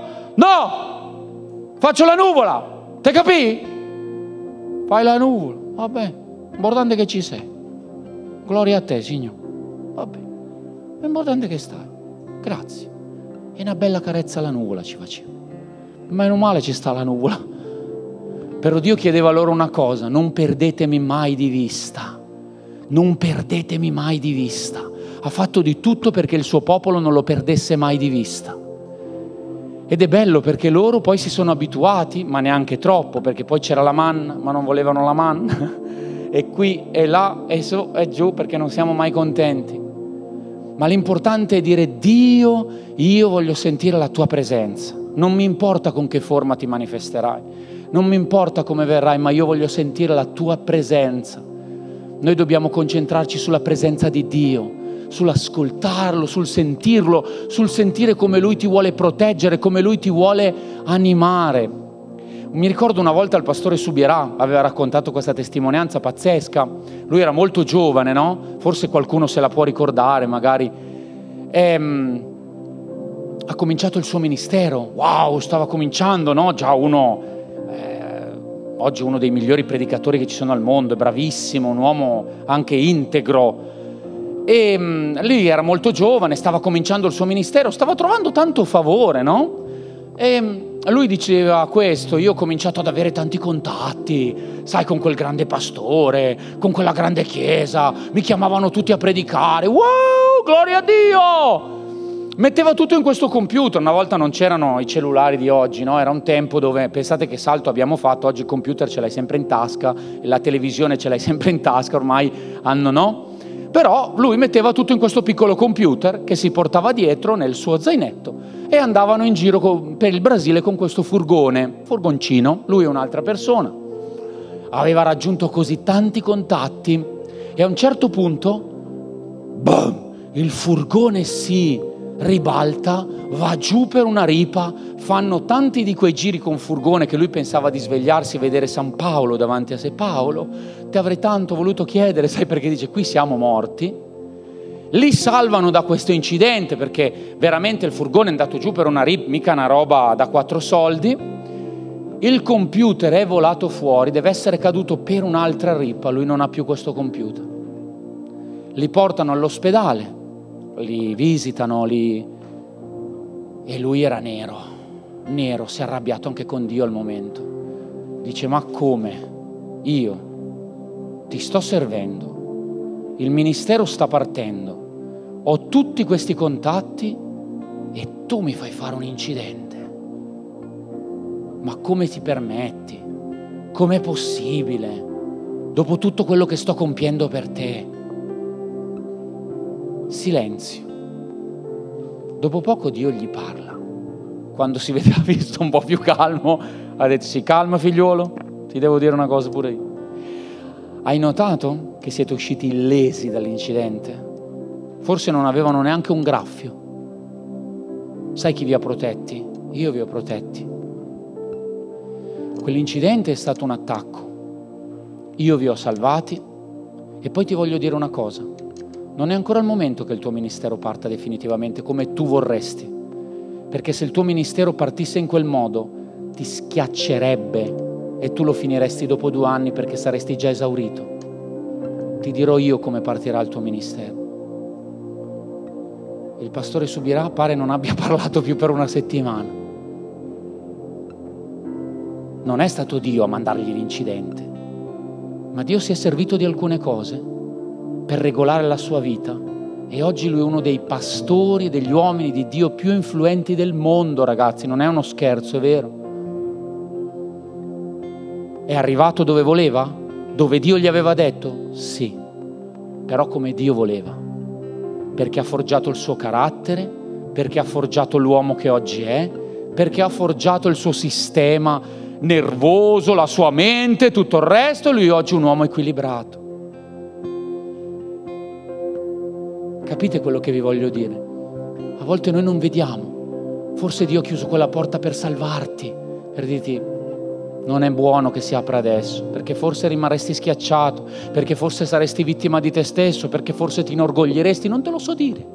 S2: No, faccio la nuvola, te capì? Fai la nuvola, vabbè, importante che ci sei. Gloria a te, Signore. Vabbè, è importante che stai. Grazie. E una bella carezza alla nuvola ci faceva. Meno male ci sta la nuvola. Però Dio chiedeva loro una cosa: non perdetemi mai di vista, non perdetemi mai di vista. Ha fatto di tutto perché il suo popolo non lo perdesse mai di vista. Ed è bello perché loro poi si sono abituati, ma neanche troppo, perché poi c'era la manna, ma non volevano la manna, e qui e là e su e giù, perché non siamo mai contenti. Ma l'importante è dire: Dio, io voglio sentire la tua presenza, non mi importa con che forma ti manifesterai, non mi importa come verrai, ma io voglio sentire la tua presenza. Noi dobbiamo concentrarci sulla presenza di Dio, sull'ascoltarlo, sul sentirlo, sul sentire come Lui ti vuole proteggere, come Lui ti vuole animare. Mi ricordo una volta il pastore Subirà aveva raccontato questa testimonianza pazzesca. Lui era molto giovane, no? Forse qualcuno se la può ricordare magari. Ha cominciato il suo ministero. Wow, stava cominciando, no? Già oggi uno dei migliori predicatori che ci sono al mondo, è bravissimo, un uomo anche integro. E lui era molto giovane, stava cominciando il suo ministero, stava trovando tanto favore, no? E lui diceva questo: io ho cominciato ad avere tanti contatti, sai, con quel grande pastore, con quella grande chiesa, mi chiamavano tutti a predicare, wow, gloria a Dio! Metteva tutto in questo computer. Una volta non c'erano i cellulari di oggi, no? Era un tempo dove, pensate che salto abbiamo fatto, oggi il computer ce l'hai sempre in tasca, la televisione ce l'hai sempre in tasca, ormai no? Però lui metteva tutto in questo piccolo computer che si portava dietro nel suo zainetto e andavano in giro per il Brasile con questo furgoncino, lui e un'altra persona. Aveva raggiunto così tanti contatti e a un certo punto, boom, il furgone si ribalta, va giù per una ripa, fanno tanti di quei giri con furgone che lui pensava di svegliarsi e vedere San Paolo davanti a sé. Paolo, ti avrei tanto voluto chiedere, sai, perché dice: qui siamo morti. Li salvano da questo incidente perché veramente il furgone è andato giù per una ripa, mica una roba da 4 soldi. Il computer è volato fuori, deve essere caduto per un'altra ripa, lui non ha più questo computer. Li portano all'ospedale, li visitano, e lui era nero, si è arrabbiato anche con Dio al momento. Dice: ma come? Io ti sto servendo, il ministero sta partendo, ho tutti questi contatti e tu mi fai fare un incidente? Ma come ti permetti? Com'è possibile? Dopo tutto quello che sto compiendo per te? Silenzio. Dopo poco Dio gli parla. Quando si vedeva visto un po' più calmo, ha detto: sì, calma figliuolo, ti devo dire una cosa pure io. Hai notato che siete usciti illesi dall'incidente? Forse non avevano neanche un graffio. Sai chi vi ha protetti? Io vi ho protetti. Quell'incidente è stato un attacco. io vi ho salvati e poi ti voglio dire una cosa. Non è ancora il momento che il tuo ministero parta definitivamente come tu vorresti, perché se il tuo ministero partisse in quel modo ti schiaccerebbe e tu lo finiresti dopo 2 anni perché saresti già esaurito. Ti dirò io come partirà il tuo ministero. Il pastore Subirà pare non abbia parlato più per 1 settimana. Non è stato Dio a mandargli l'incidente, ma Dio si è servito di alcune cose per regolare la sua vita e oggi lui è uno dei pastori, degli uomini di Dio più influenti del mondo, ragazzi, non è uno scherzo, è vero. È arrivato dove voleva? Dove Dio gli aveva detto? Sì, però come Dio voleva, perché ha forgiato il suo carattere, perché ha forgiato l'uomo che oggi è, perché ha forgiato il suo sistema nervoso, la sua mente, tutto il resto, e lui oggi è un uomo equilibrato. Capite quello che vi voglio dire? A volte noi non vediamo. Forse Dio ha chiuso quella porta per salvarti, per dirti non è buono che si apra adesso, perché forse rimarresti schiacciato, perché forse saresti vittima di te stesso, perché forse ti inorgoglieresti, non te lo so dire.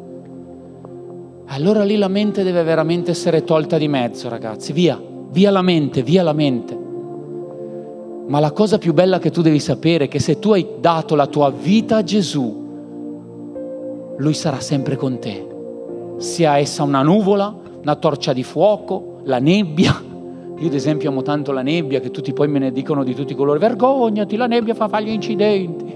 S2: Allora lì la mente deve veramente essere tolta di mezzo, ragazzi, via la mente, via la mente. Ma la cosa più bella che tu devi sapere è che se tu hai dato la tua vita a Gesù, Lui sarà sempre con te, sia essa una nuvola, una torcia di fuoco, la nebbia. Io ad esempio amo tanto la nebbia, che tutti poi me ne dicono di tutti i colori, vergognati, la nebbia fa gli incidenti.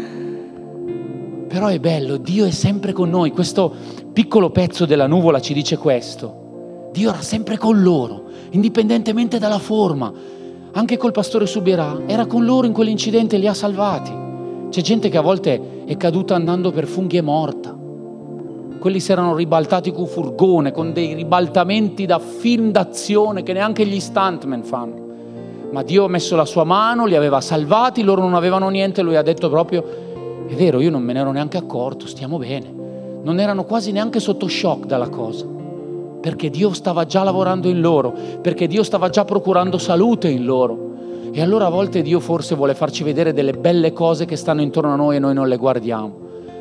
S2: Però è bello, Dio è sempre con noi. Questo piccolo pezzo della nuvola ci dice questo: Dio era sempre con loro, indipendentemente dalla forma. Anche col pastore Subirà era con loro in quell'incidente e li ha salvati. C'è gente che a volte è caduta andando per funghi e morta. Quelli si erano ribaltati con furgone, con dei ribaltamenti da film d'azione che neanche gli stuntman fanno. Ma Dio ha messo la sua mano, li aveva salvati, loro non avevano niente, lui ha detto proprio: è vero, io non me ne ero neanche accorto, stiamo bene. Non erano quasi neanche sotto shock dalla cosa, perché Dio stava già lavorando in loro, perché Dio stava già procurando salute in loro. E allora a volte Dio forse vuole farci vedere delle belle cose che stanno intorno a noi e noi non le guardiamo.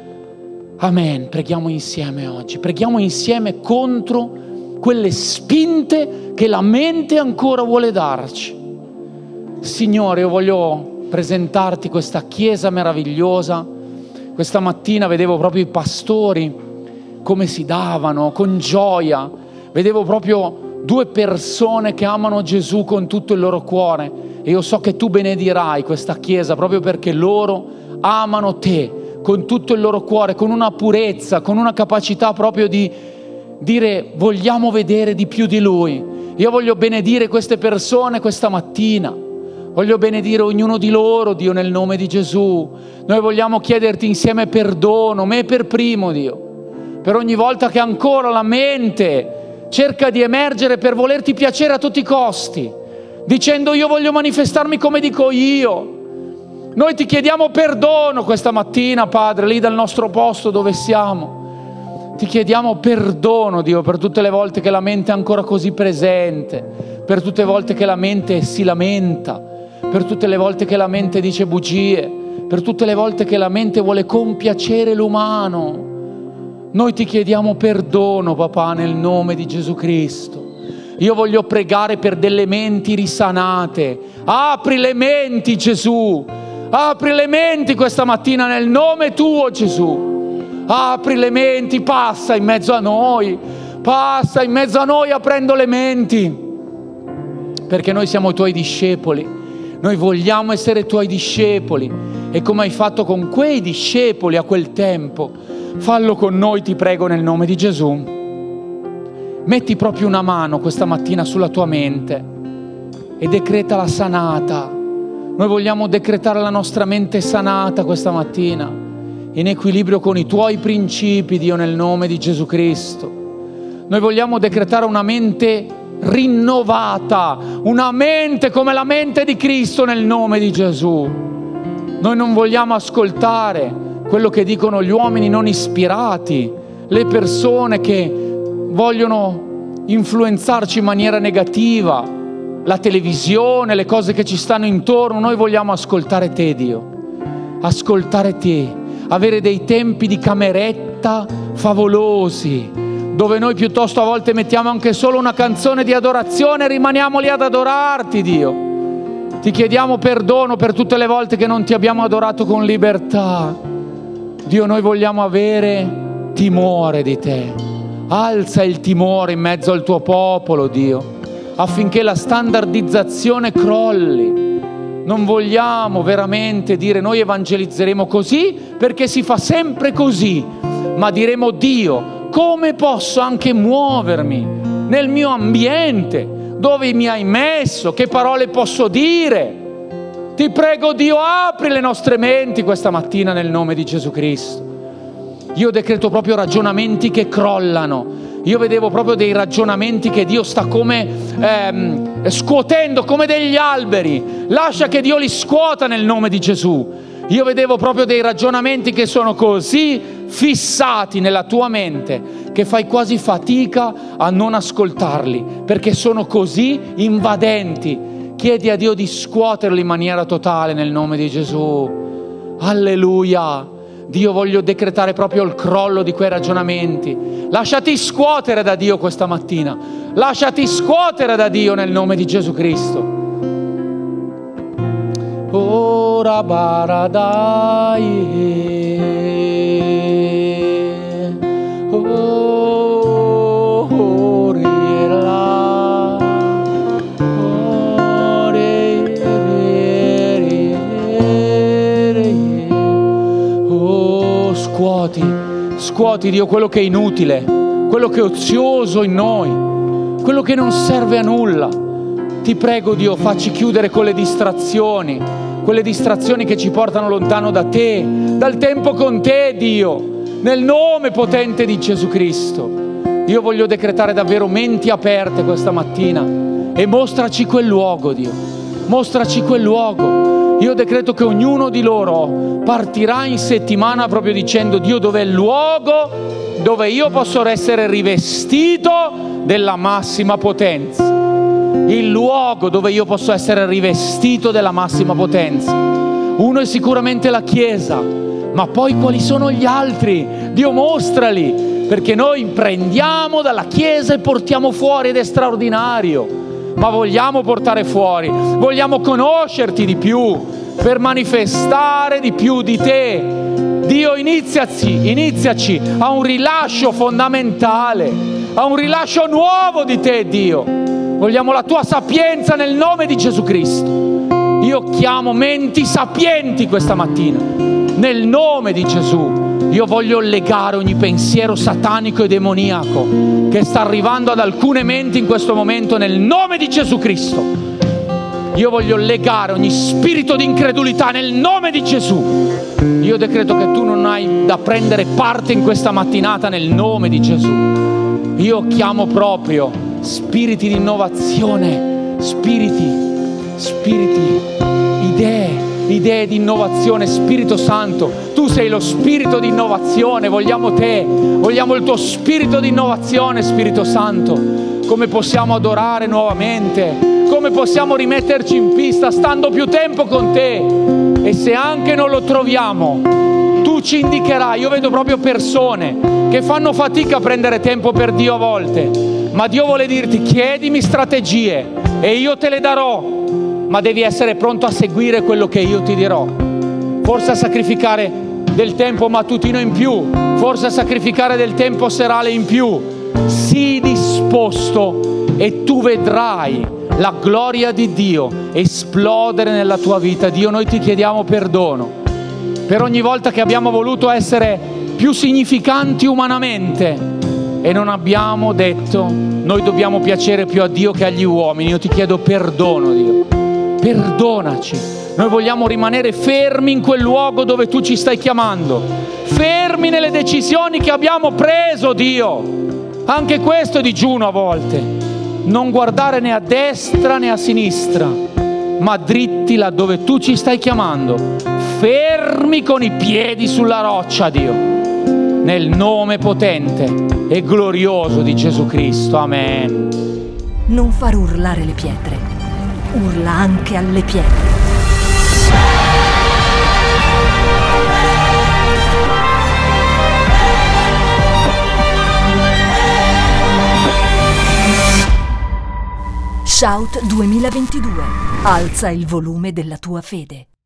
S2: Amen. Preghiamo insieme oggi. Preghiamo insieme contro quelle spinte che la mente ancora vuole darci. Signore, io voglio presentarti questa chiesa meravigliosa. Questa mattina vedevo proprio i pastori come si davano con gioia. Vedevo proprio 2 persone che amano Gesù con tutto il loro cuore. E io so che tu benedirai questa chiesa proprio perché loro amano te con tutto il loro cuore, con una purezza, con una capacità proprio di dire vogliamo vedere di più di Lui. Io voglio benedire queste persone questa mattina, voglio benedire ognuno di loro, Dio, nel nome di Gesù. Noi vogliamo chiederti insieme perdono, me per primo, Dio, per ogni volta che ancora la mente cerca di emergere per volerti piacere a tutti i costi, dicendo io voglio manifestarmi come dico io. Noi ti chiediamo perdono questa mattina, Padre, lì dal nostro posto dove siamo. Ti chiediamo perdono, Dio, per tutte le volte che la mente è ancora così presente, per tutte le volte che la mente si lamenta, per tutte le volte che la mente dice bugie, per tutte le volte che la mente vuole compiacere l'umano. Noi ti chiediamo perdono, papà, nel nome di Gesù Cristo. Io voglio pregare per delle menti risanate. Apri le menti, Gesù. Apri le menti questa mattina nel nome tuo, Gesù. Apri le menti, passa in mezzo a noi. Passa in mezzo a noi aprendo le menti. Perché noi siamo i tuoi discepoli. Noi vogliamo essere tuoi discepoli. E come hai fatto con quei discepoli a quel tempo, fallo con noi, ti prego, nel nome di Gesù. Metti proprio una mano questa mattina sulla tua mente e decretala sanata. Noi vogliamo decretare la nostra mente sanata questa mattina, in equilibrio con i tuoi principi, Dio, nel nome di Gesù Cristo. Noi vogliamo decretare una mente rinnovata, una mente come la mente di Cristo nel nome di Gesù. Noi non vogliamo ascoltare quello che dicono gli uomini non ispirati, le persone che vogliono influenzarci in maniera negativa. la televisione, le cose che ci stanno intorno. Noi vogliamo ascoltare te, Dio, ascoltare te, avere dei tempi di cameretta favolosi, dove noi piuttosto a volte mettiamo anche solo una canzone di adorazione e rimaniamo lì ad adorarti, Dio. Ti chiediamo perdono per tutte le volte che non ti abbiamo adorato con libertà. Dio, noi vogliamo avere timore di te. Alza il timore in mezzo al tuo popolo, Dio, affinché la standardizzazione crolli. Non vogliamo veramente dire noi evangelizzeremo così perché si fa sempre così, ma diremo: Dio, come posso anche muovermi nel mio ambiente? Dove mi hai messo? Che parole posso dire? Ti prego, Dio, apri le nostre menti questa mattina nel nome di Gesù Cristo. Io decreto proprio ragionamenti che crollano. Io vedevo proprio dei ragionamenti che Dio sta come scuotendo come degli alberi. Lascia che Dio li scuota nel nome di Gesù. Io vedevo proprio dei ragionamenti che sono così fissati nella tua mente che fai quasi fatica a non ascoltarli, perché sono così invadenti. Chiedi a Dio di scuoterli in maniera totale nel nome di Gesù. Alleluia. Dio, voglio decretare proprio il crollo di quei ragionamenti. Lasciati scuotere da Dio questa mattina. Lasciati scuotere da Dio nel nome di Gesù Cristo. Ora baradai, scuoti Dio quello che è inutile, quello che è ozioso in noi, quello che non serve a nulla. Ti prego, Dio, facci chiudere con le distrazioni, quelle distrazioni che ci portano lontano da te, dal tempo con te, Dio, nel nome potente di Gesù Cristo. Io voglio decretare davvero menti aperte questa mattina e mostraci quel luogo, Dio, mostraci quel luogo. Io decreto che ognuno di loro partirà in settimana proprio dicendo: Dio, dov'è il luogo dove io posso essere rivestito della massima potenza? Il luogo dove io posso essere rivestito della massima potenza. Uno è sicuramente la Chiesa, ma poi quali sono gli altri? Dio, mostrali, perché noi prendiamo dalla Chiesa e portiamo fuori ed è straordinario. Ma vogliamo portare fuori, vogliamo conoscerti di più per manifestare di più di te. Dio, iniziaci a un rilascio fondamentale, a un rilascio nuovo di te, Dio. Vogliamo la tua sapienza nel nome di Gesù Cristo. Io chiamo menti sapienti questa mattina nel nome di Gesù. Io voglio legare ogni pensiero satanico e demoniaco che sta arrivando ad alcune menti in questo momento nel nome di Gesù Cristo. Io voglio legare ogni spirito di incredulità nel nome di Gesù. Io decreto che tu non hai da prendere parte in questa mattinata nel nome di Gesù. Io chiamo proprio spiriti di innovazione, spiriti, idee di innovazione. Spirito Santo, tu sei lo spirito di innovazione, vogliamo te, vogliamo il tuo spirito di innovazione. Spirito Santo, come possiamo adorare nuovamente, come possiamo rimetterci in pista stando più tempo con te, e se anche non lo troviamo tu ci indicherai. Io vedo proprio persone che fanno fatica a prendere tempo per Dio a volte, ma Dio vuole dirti: chiedimi strategie e io te le darò, ma devi essere pronto a seguire quello che io ti dirò. Forse a sacrificare del tempo mattutino in più, forse a sacrificare del tempo serale in più. Sii disposto e tu vedrai la gloria di Dio esplodere nella tua vita. Dio, noi ti chiediamo perdono per ogni volta che abbiamo voluto essere più significanti umanamente e non abbiamo detto: noi dobbiamo piacere più a Dio che agli uomini. Io ti chiedo perdono, Dio, perdonaci. Noi vogliamo rimanere fermi in quel luogo dove tu ci stai chiamando, fermi nelle decisioni che abbiamo preso, Dio. Anche questo è digiuno a volte, non guardare né a destra né a sinistra, ma dritti là dove tu ci stai chiamando, fermi con i piedi sulla roccia, Dio, nel nome potente e glorioso di Gesù Cristo. Amen.
S1: Non far urlare le pietre, urla anche alle pietre. Shout 2022. Alza il volume della tua fede.